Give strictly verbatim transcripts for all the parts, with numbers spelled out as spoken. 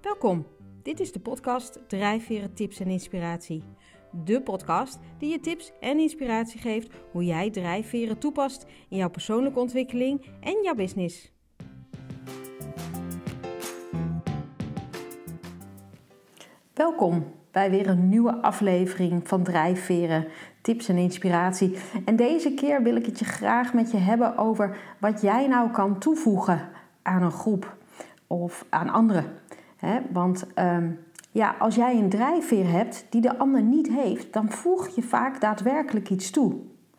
Welkom, dit is de podcast Drijfveren Tips en Inspiratie. De podcast die je tips en inspiratie geeft hoe jij drijfveren toepast in jouw persoonlijke ontwikkeling en jouw business. Welkom bij weer een nieuwe aflevering van Drijfveren Tips en Inspiratie. En deze keer wil ik het je graag met je hebben over wat jij nou kan toevoegen aan een groep of aan anderen. He, want um, ja, als jij een drijfveer hebt die de ander niet heeft, dan voeg je vaak daadwerkelijk iets toe.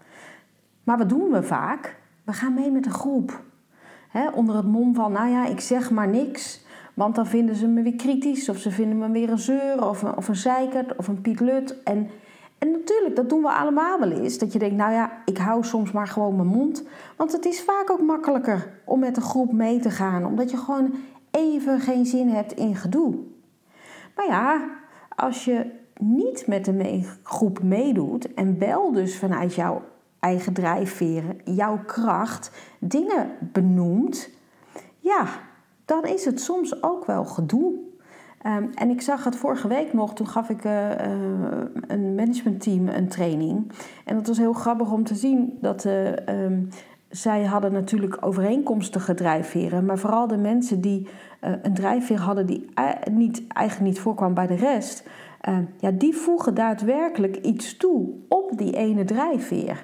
Maar wat doen we vaak? We gaan mee met een groep. He, onder het mom van, nou ja, ik zeg maar niks, want dan vinden ze me weer kritisch, of ze vinden me weer een zeur, of een, of een zeikert, of een Piet Lut. En, en natuurlijk, dat doen we allemaal wel eens. Dat je denkt, nou ja, ik hou soms maar gewoon mijn mond. Want het is vaak ook makkelijker om met een groep mee te gaan, omdat je gewoon even geen zin hebt in gedoe. Maar ja, als je niet met de mee- groep meedoet en wel dus vanuit jouw eigen drijfveren, jouw kracht, dingen benoemt, ja, dan is het soms ook wel gedoe. Um, en ik zag het vorige week nog, toen gaf ik uh, uh, een managementteam een training. En dat was heel grappig om te zien dat uh, um, zij hadden natuurlijk overeenkomstige drijfveren, maar vooral de mensen die uh, een drijfveer hadden die uh, niet, eigenlijk niet voorkwam bij de rest, uh, ja, die voegen daadwerkelijk iets toe op die ene drijfveer.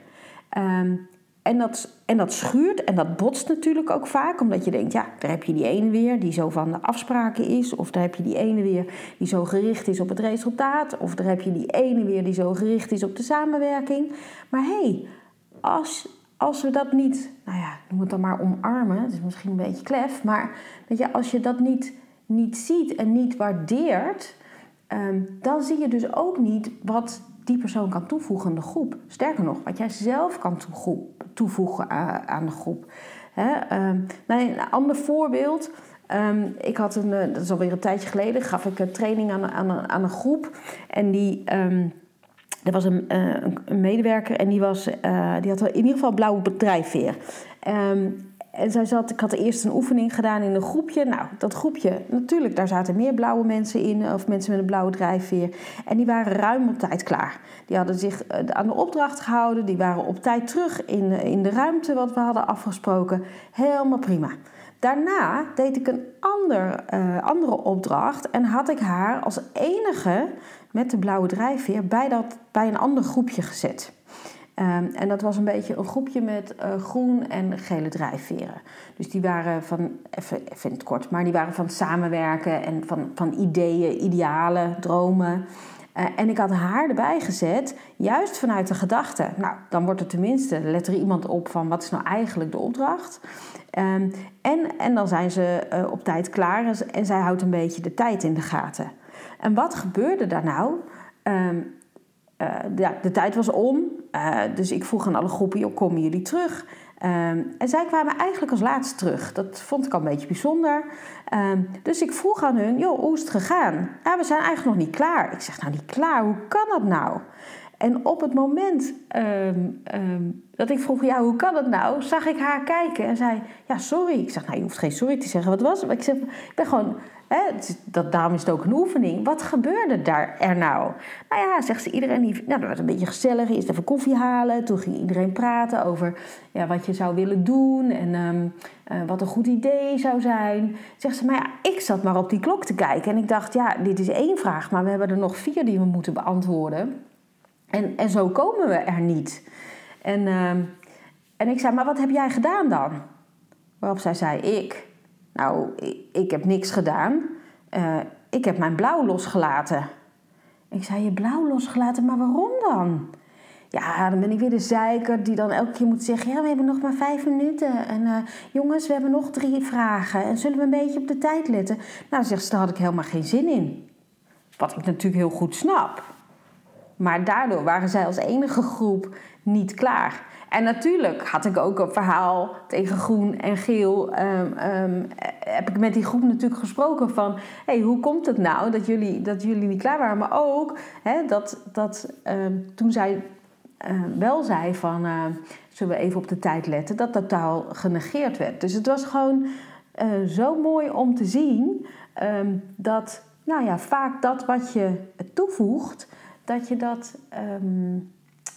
Um, en, dat, en dat schuurt en dat botst natuurlijk ook vaak, omdat je denkt, ja, daar heb je die ene weer die zo van de afspraken is, of daar heb je die ene weer die zo gericht is op het resultaat, of daar heb je die ene weer die zo gericht is op de samenwerking. Maar hé, hey, als... Als we dat niet, nou ja, noem het dan maar omarmen, het is misschien een beetje klef, maar weet je, als je dat niet, niet ziet en niet waardeert, um, dan zie je dus ook niet wat die persoon kan toevoegen aan de groep. Sterker nog, wat jij zelf kan toevoegen aan de groep. Hè? Um, nou, een ander voorbeeld. Um, ik had een, dat is alweer een tijdje geleden, gaf ik een training aan, aan, aan een groep en die... Um, Er was een, uh, een medewerker en die, was, uh, die had in ieder geval een blauwe drijfveer. Um, en zij zat, ik had eerst een oefening gedaan in een groepje. Nou, dat groepje, natuurlijk, daar zaten meer blauwe mensen in, of mensen met een blauwe drijfveer. En die waren ruim op tijd klaar. Die hadden zich uh, aan de opdracht gehouden, die waren op tijd terug in, in de ruimte wat we hadden afgesproken. Helemaal prima. Daarna deed ik een ander, uh, andere opdracht en had ik haar als enige met de blauwe drijfveer bij, dat, bij een ander groepje gezet. Um, en dat was een beetje een groepje met uh, groen en gele drijfveren. Dus die waren van, even, even in het kort, maar die waren van samenwerken en van, van ideeën, idealen, dromen. Uh, en ik had haar erbij gezet, juist vanuit de gedachte. Nou, dan wordt er tenminste, let er iemand op van wat is nou eigenlijk de opdracht. Um, en, en dan zijn ze uh, op tijd klaar en, en zij houdt een beetje de tijd in de gaten. En wat gebeurde daar nou? Um, uh, de, de tijd was om, uh, dus ik vroeg aan alle groepen, joh, komen jullie terug? Um, en zij kwamen eigenlijk als laatste terug. Dat vond ik al een beetje bijzonder. Um, dus ik vroeg aan hun, joh, hoe is het gegaan? Ja, we zijn eigenlijk nog niet klaar. Ik zeg, nou niet klaar, hoe kan dat nou? En op het moment um, um, dat ik vroeg, ja, hoe kan dat nou? Zag ik haar kijken en zei, ja, sorry. Ik zeg, nou, je hoeft geen sorry te zeggen, wat was het? Maar ik zeg, ik ben gewoon, hè, dat, daarom is het ook een oefening. Wat gebeurde daar er nou? Nou ja, zegt ze, iedereen, die, nou, dat werd een beetje gezellig. Eerst even koffie halen. Toen ging iedereen praten over ja, wat je zou willen doen en um, uh, wat een goed idee zou zijn. Zegt ze, maar ja, ik zat maar op die klok te kijken. En ik dacht, ja, dit is één vraag, maar we hebben er nog vier die we moeten beantwoorden. En, en zo komen we er niet. En, uh, en ik zei, maar wat heb jij gedaan dan? Waarop zij zei, ik? Nou, ik, ik heb niks gedaan. Uh, ik heb mijn blauw losgelaten. Ik zei, je blauw losgelaten, maar waarom dan? Ja, dan ben ik weer de zeiker die dan elke keer moet zeggen, ja, we hebben nog maar vijf minuten. En uh, jongens, we hebben nog drie vragen. En zullen we een beetje op de tijd letten? Nou, zegt ze, daar had ik helemaal geen zin in. Wat ik natuurlijk heel goed snap. Maar daardoor waren zij als enige groep niet klaar. En natuurlijk had ik ook een verhaal tegen groen en geel. Um, um, heb ik met die groep natuurlijk gesproken van, hey, hoe komt het nou dat jullie, dat jullie niet klaar waren? Maar ook hè, dat, dat um, toen zij uh, wel zei van, uh, zullen we even op de tijd letten, dat totaal genegeerd werd. Dus het was gewoon uh, zo mooi om te zien um, dat, nou ja, vaak dat wat je toevoegt, dat je dat, um,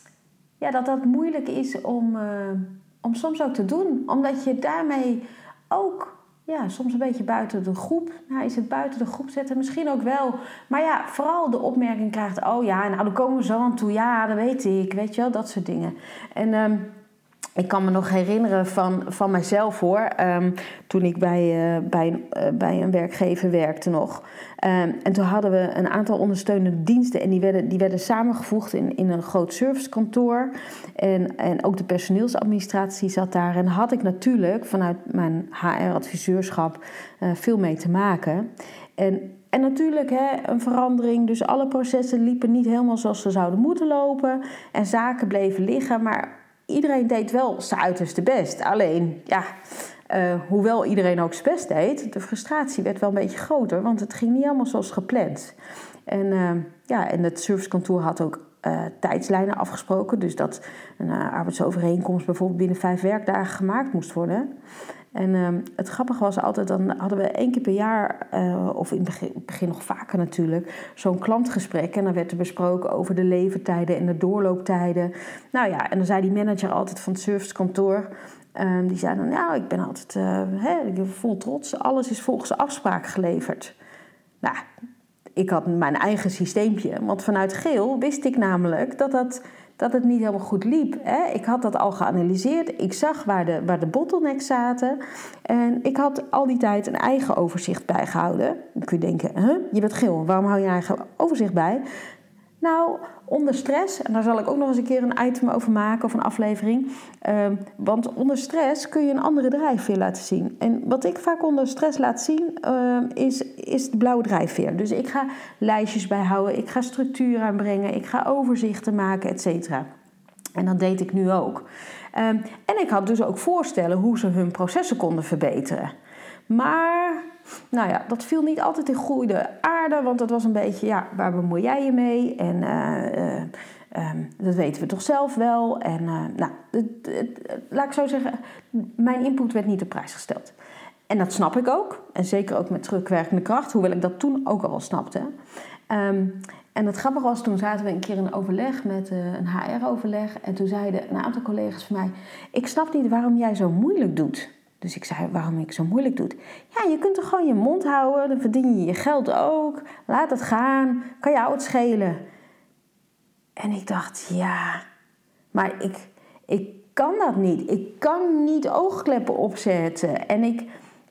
ja, dat dat moeilijk is om, uh, om soms ook te doen. Omdat je daarmee ook, ja, soms een beetje buiten de groep. Nou, is het buiten de groep zetten? Misschien ook wel. Maar ja, vooral de opmerking krijgt, oh ja, nou, dan komen we zo aan toe. Ja, dat weet ik, weet je wel, dat soort dingen. En um, ik kan me nog herinneren van, van mijzelf hoor, um, toen ik bij, uh, bij, uh, bij een werkgever werkte nog. Um, en toen hadden we een aantal ondersteunende diensten en die werden, die werden samengevoegd in, in een groot servicekantoor. En, en ook de personeelsadministratie zat daar. En had ik natuurlijk vanuit mijn H R-adviseurschap uh, veel mee te maken. En, en natuurlijk hè, een verandering, dus alle processen liepen niet helemaal zoals ze zouden moeten lopen. En zaken bleven liggen, maar iedereen deed wel zijn uiterste best. Alleen, ja, uh, hoewel iedereen ook zijn best deed, de frustratie werd wel een beetje groter, want het ging niet helemaal zoals gepland. En, uh, ja, en het servicekantoor had ook uh, tijdslijnen afgesproken, dus dat een uh, arbeidsovereenkomst bijvoorbeeld binnen vijf werkdagen gemaakt moest worden. En uh, het grappige was altijd, dan hadden we één keer per jaar, uh, of in het begin, begin nog vaker natuurlijk, zo'n klantgesprek. En dan werd er besproken over de leeftijden en de doorlooptijden. Nou ja, en dan zei die manager altijd van het servicekantoor, uh, die zei dan, nou, ik ben altijd uh, hè, ik ben vol trots, alles is volgens de afspraak geleverd. Nou, ik had mijn eigen systeempje, want vanuit geel wist ik namelijk dat dat... dat het niet helemaal goed liep. Hè? Ik had dat al geanalyseerd. Ik zag waar de, waar de bottlenecks zaten. En ik had al die tijd een eigen overzicht bijgehouden. Dan kun je denken, huh? Je bent geel, waarom hou je een eigen overzicht bij? Nou, onder stress, en daar zal ik ook nog eens een keer een item over maken of een aflevering. Uh, want onder stress kun je een andere drijfveer laten zien. En wat ik vaak onder stress laat zien, uh, is, is de blauwe drijfveer. Dus ik ga lijstjes bijhouden, ik ga structuur aanbrengen, ik ga overzichten maken, et cetera. En dat deed ik nu ook. Uh, en ik had dus ook voorstellen hoe ze hun processen konden verbeteren. Maar, nou ja, dat viel niet altijd in goede aarde, want dat was een beetje, ja, waar bemoei jij je mee? En uh, uh, um, dat weten we toch zelf wel. En uh, nou, het, het, het, laat ik zo zeggen, mijn input werd niet op prijs gesteld. En dat snap ik ook, en zeker ook met terugwerkende kracht, hoewel ik dat toen ook al snapte. Um, en het grappige was, toen zaten we een keer in een overleg met uh, een H R-overleg. En toen zeiden een aantal collega's van mij, ik snap niet waarom jij zo moeilijk doet. Dus ik zei, waarom ik zo moeilijk doe. Ja, je kunt toch gewoon je mond houden, dan verdien je je geld ook. Laat het gaan, kan jou het schelen. En ik dacht, ja, maar ik, ik kan dat niet. Ik kan niet oogkleppen opzetten. En ik,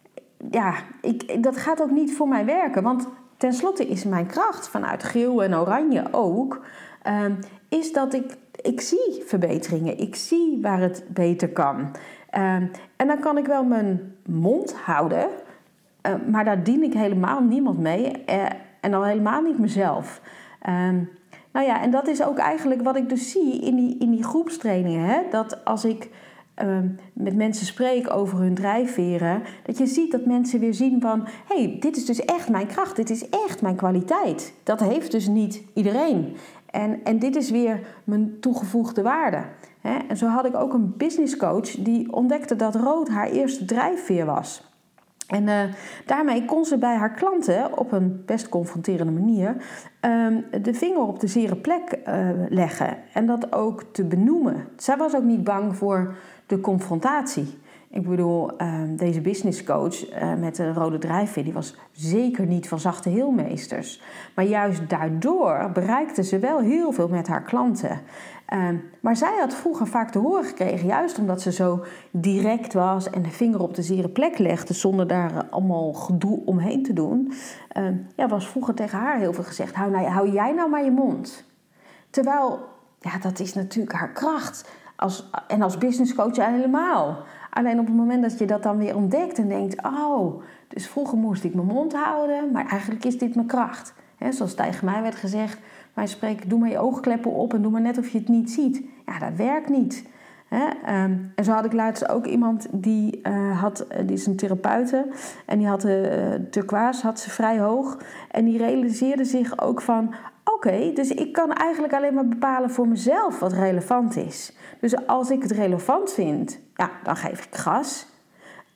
ja, ik, dat gaat ook niet voor mij werken. Want tenslotte is mijn kracht, vanuit geel en oranje ook, uh, is dat ik, ik zie verbeteringen. Ik zie waar het beter kan. Uh, en dan kan ik wel mijn mond houden, uh, maar daar dien ik helemaal niemand mee uh, en al helemaal niet mezelf. Uh, nou ja, en dat is ook eigenlijk wat ik dus zie in die, in die groepstrainingen. Hè? Dat als ik uh, met mensen spreek over hun drijfveren, dat je ziet dat mensen weer zien van, hé, hey, dit is dus echt mijn kracht, dit is echt mijn kwaliteit. Dat heeft dus niet iedereen. En, en dit is weer mijn toegevoegde waarde. He, en zo had ik ook een businesscoach die ontdekte dat rood haar eerste drijfveer was. En uh, daarmee kon ze bij haar klanten op een best confronterende manier uh, de vinger op de zere plek uh, leggen. En dat ook te benoemen. Zij was ook niet bang voor de confrontatie. Ik bedoel, uh, deze businesscoach uh, met de rode drijfveer, die was zeker niet van zachte heelmeesters. Maar juist daardoor bereikte ze wel heel veel met haar klanten. Uh, maar zij had vroeger vaak te horen gekregen, juist omdat ze zo direct was en de vinger op de zere plek legde, zonder daar uh, allemaal gedoe omheen te doen. Uh, ja, was vroeger tegen haar heel veel gezegd, hou, nou, hou jij nou maar je mond. Terwijl, ja, dat is natuurlijk haar kracht. Als, en als businesscoach helemaal. Alleen op het moment dat je dat dan weer ontdekt en denkt, oh, dus vroeger moest ik mijn mond houden, maar eigenlijk is dit mijn kracht. He, zoals tegen mij werd gezegd, wij spreken, doe maar je oogkleppen op en doe maar net of je het niet ziet. Ja, dat werkt niet. He, um, en zo had ik laatst ook iemand die uh, had, die is een therapeute en die had de uh, turquoise, had ze vrij hoog. En die realiseerde zich ook van, oké, okay, dus ik kan eigenlijk alleen maar bepalen voor mezelf wat relevant is. Dus als ik het relevant vind, ja, dan geef ik gas.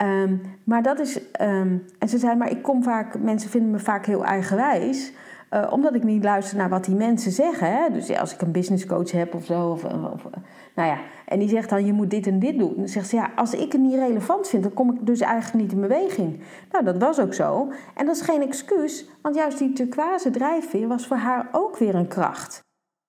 Um, maar dat is... Um, en ze zei, maar ik kom vaak... Mensen vinden me vaak heel eigenwijs... Uh, omdat ik niet luister naar wat die mensen zeggen. Hè? Dus ja, als ik een businesscoach heb of zo. Of, of, nou ja, en die zegt dan, je moet dit en dit doen. Dan zegt ze, ja, als ik het niet relevant vind... dan kom ik dus eigenlijk niet in beweging. Nou, dat was ook zo. En dat is geen excuus. Want juist die turquoise drijfveer was voor haar ook weer een kracht.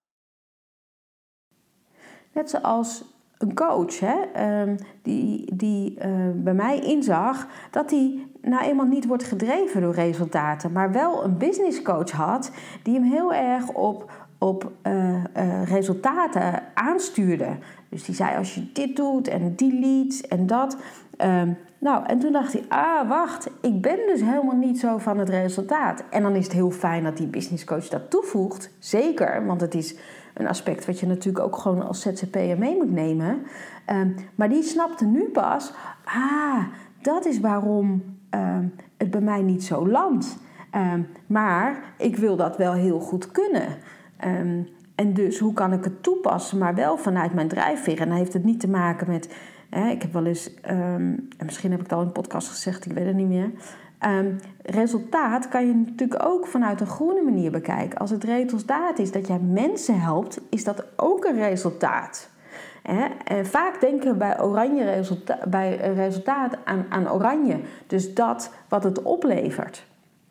Net zoals een coach, hè, um, die, die uh, bij mij inzag... dat hij nou eenmaal niet wordt gedreven door resultaten... maar wel een businesscoach had... die hem heel erg op, op uh, uh, resultaten aanstuurde. Dus die zei, als je dit doet en die leads en dat... Um, nou, en toen dacht hij, ah, wacht, ik ben dus helemaal niet zo van het resultaat. En dan is het heel fijn dat die businesscoach dat toevoegt. Zeker, want het is een aspect wat je natuurlijk ook gewoon als Z Z P'er mee moet nemen. Um, maar die snapte nu pas, ah, dat is waarom um, het bij mij niet zo landt. Um, maar ik wil dat wel heel goed kunnen. Um, en dus hoe kan ik het toepassen, maar wel vanuit mijn drijfveer. En dan heeft het niet te maken met... Hè, ik heb wel eens, um, en misschien heb ik het al in de podcast gezegd, ik weet het niet meer... Um, resultaat kan je natuurlijk ook vanuit een groene manier bekijken. Als het resultaat is dat jij mensen helpt, is dat ook een resultaat. Hè? En vaak denken we bij, oranje resulta- bij resultaat aan, aan oranje. Dus dat wat het oplevert.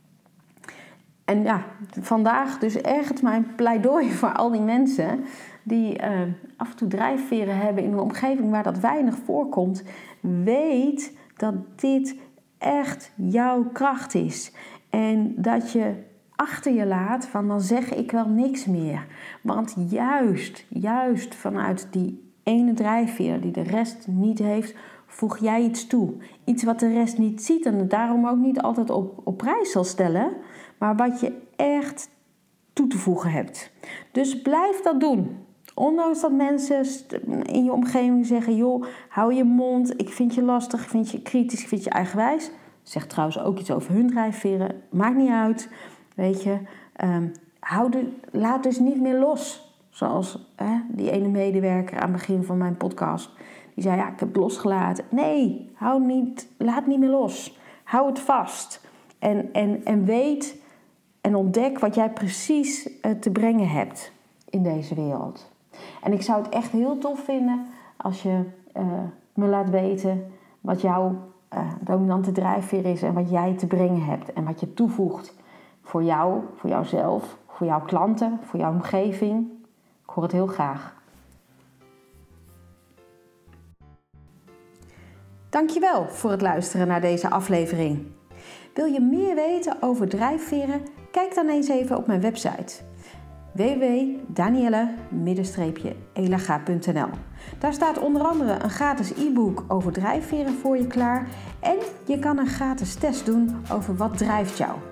En ja, vandaag dus echt mijn pleidooi voor al die mensen... die uh, af en toe drijfveren hebben in een omgeving waar dat weinig voorkomt. Weet dat dit echt jouw kracht is. En dat je achter je laat van dan zeg ik wel niks meer. Want juist, juist vanuit die ene drijfveer die de rest niet heeft, voeg jij iets toe. Iets wat de rest niet ziet en daarom ook niet altijd op, op prijs zal stellen. Maar wat je echt toe te voegen hebt. Dus blijf dat doen. Ondanks dat mensen in je omgeving zeggen... joh, hou je mond, ik vind je lastig, ik vind je kritisch, ik vind je eigenwijs. Zeg trouwens ook iets over hun drijfveren. Maakt niet uit, weet je. Um, hou de, laat dus niet meer los. Zoals hè, die ene medewerker aan het begin van mijn podcast. Die zei, ja, ik heb het losgelaten. Nee, hou niet, laat niet meer los. Hou het vast. En, en, en weet en ontdek wat jij precies uh, te brengen hebt in deze wereld. En ik zou het echt heel tof vinden als je uh, me laat weten wat jouw uh, dominante drijfveer is en wat jij te brengen hebt. En wat je toevoegt voor jou, voor jouzelf, voor jouw klanten, voor jouw omgeving. Ik hoor het heel graag. Dankjewel voor het luisteren naar deze aflevering. Wil je meer weten over drijfveren? Kijk dan eens even op mijn website w w w punt danielle elaga punt n l. Daar staat onder andere een gratis e-book over drijfveren voor je klaar. En je kan een gratis test doen over wat drijft jou.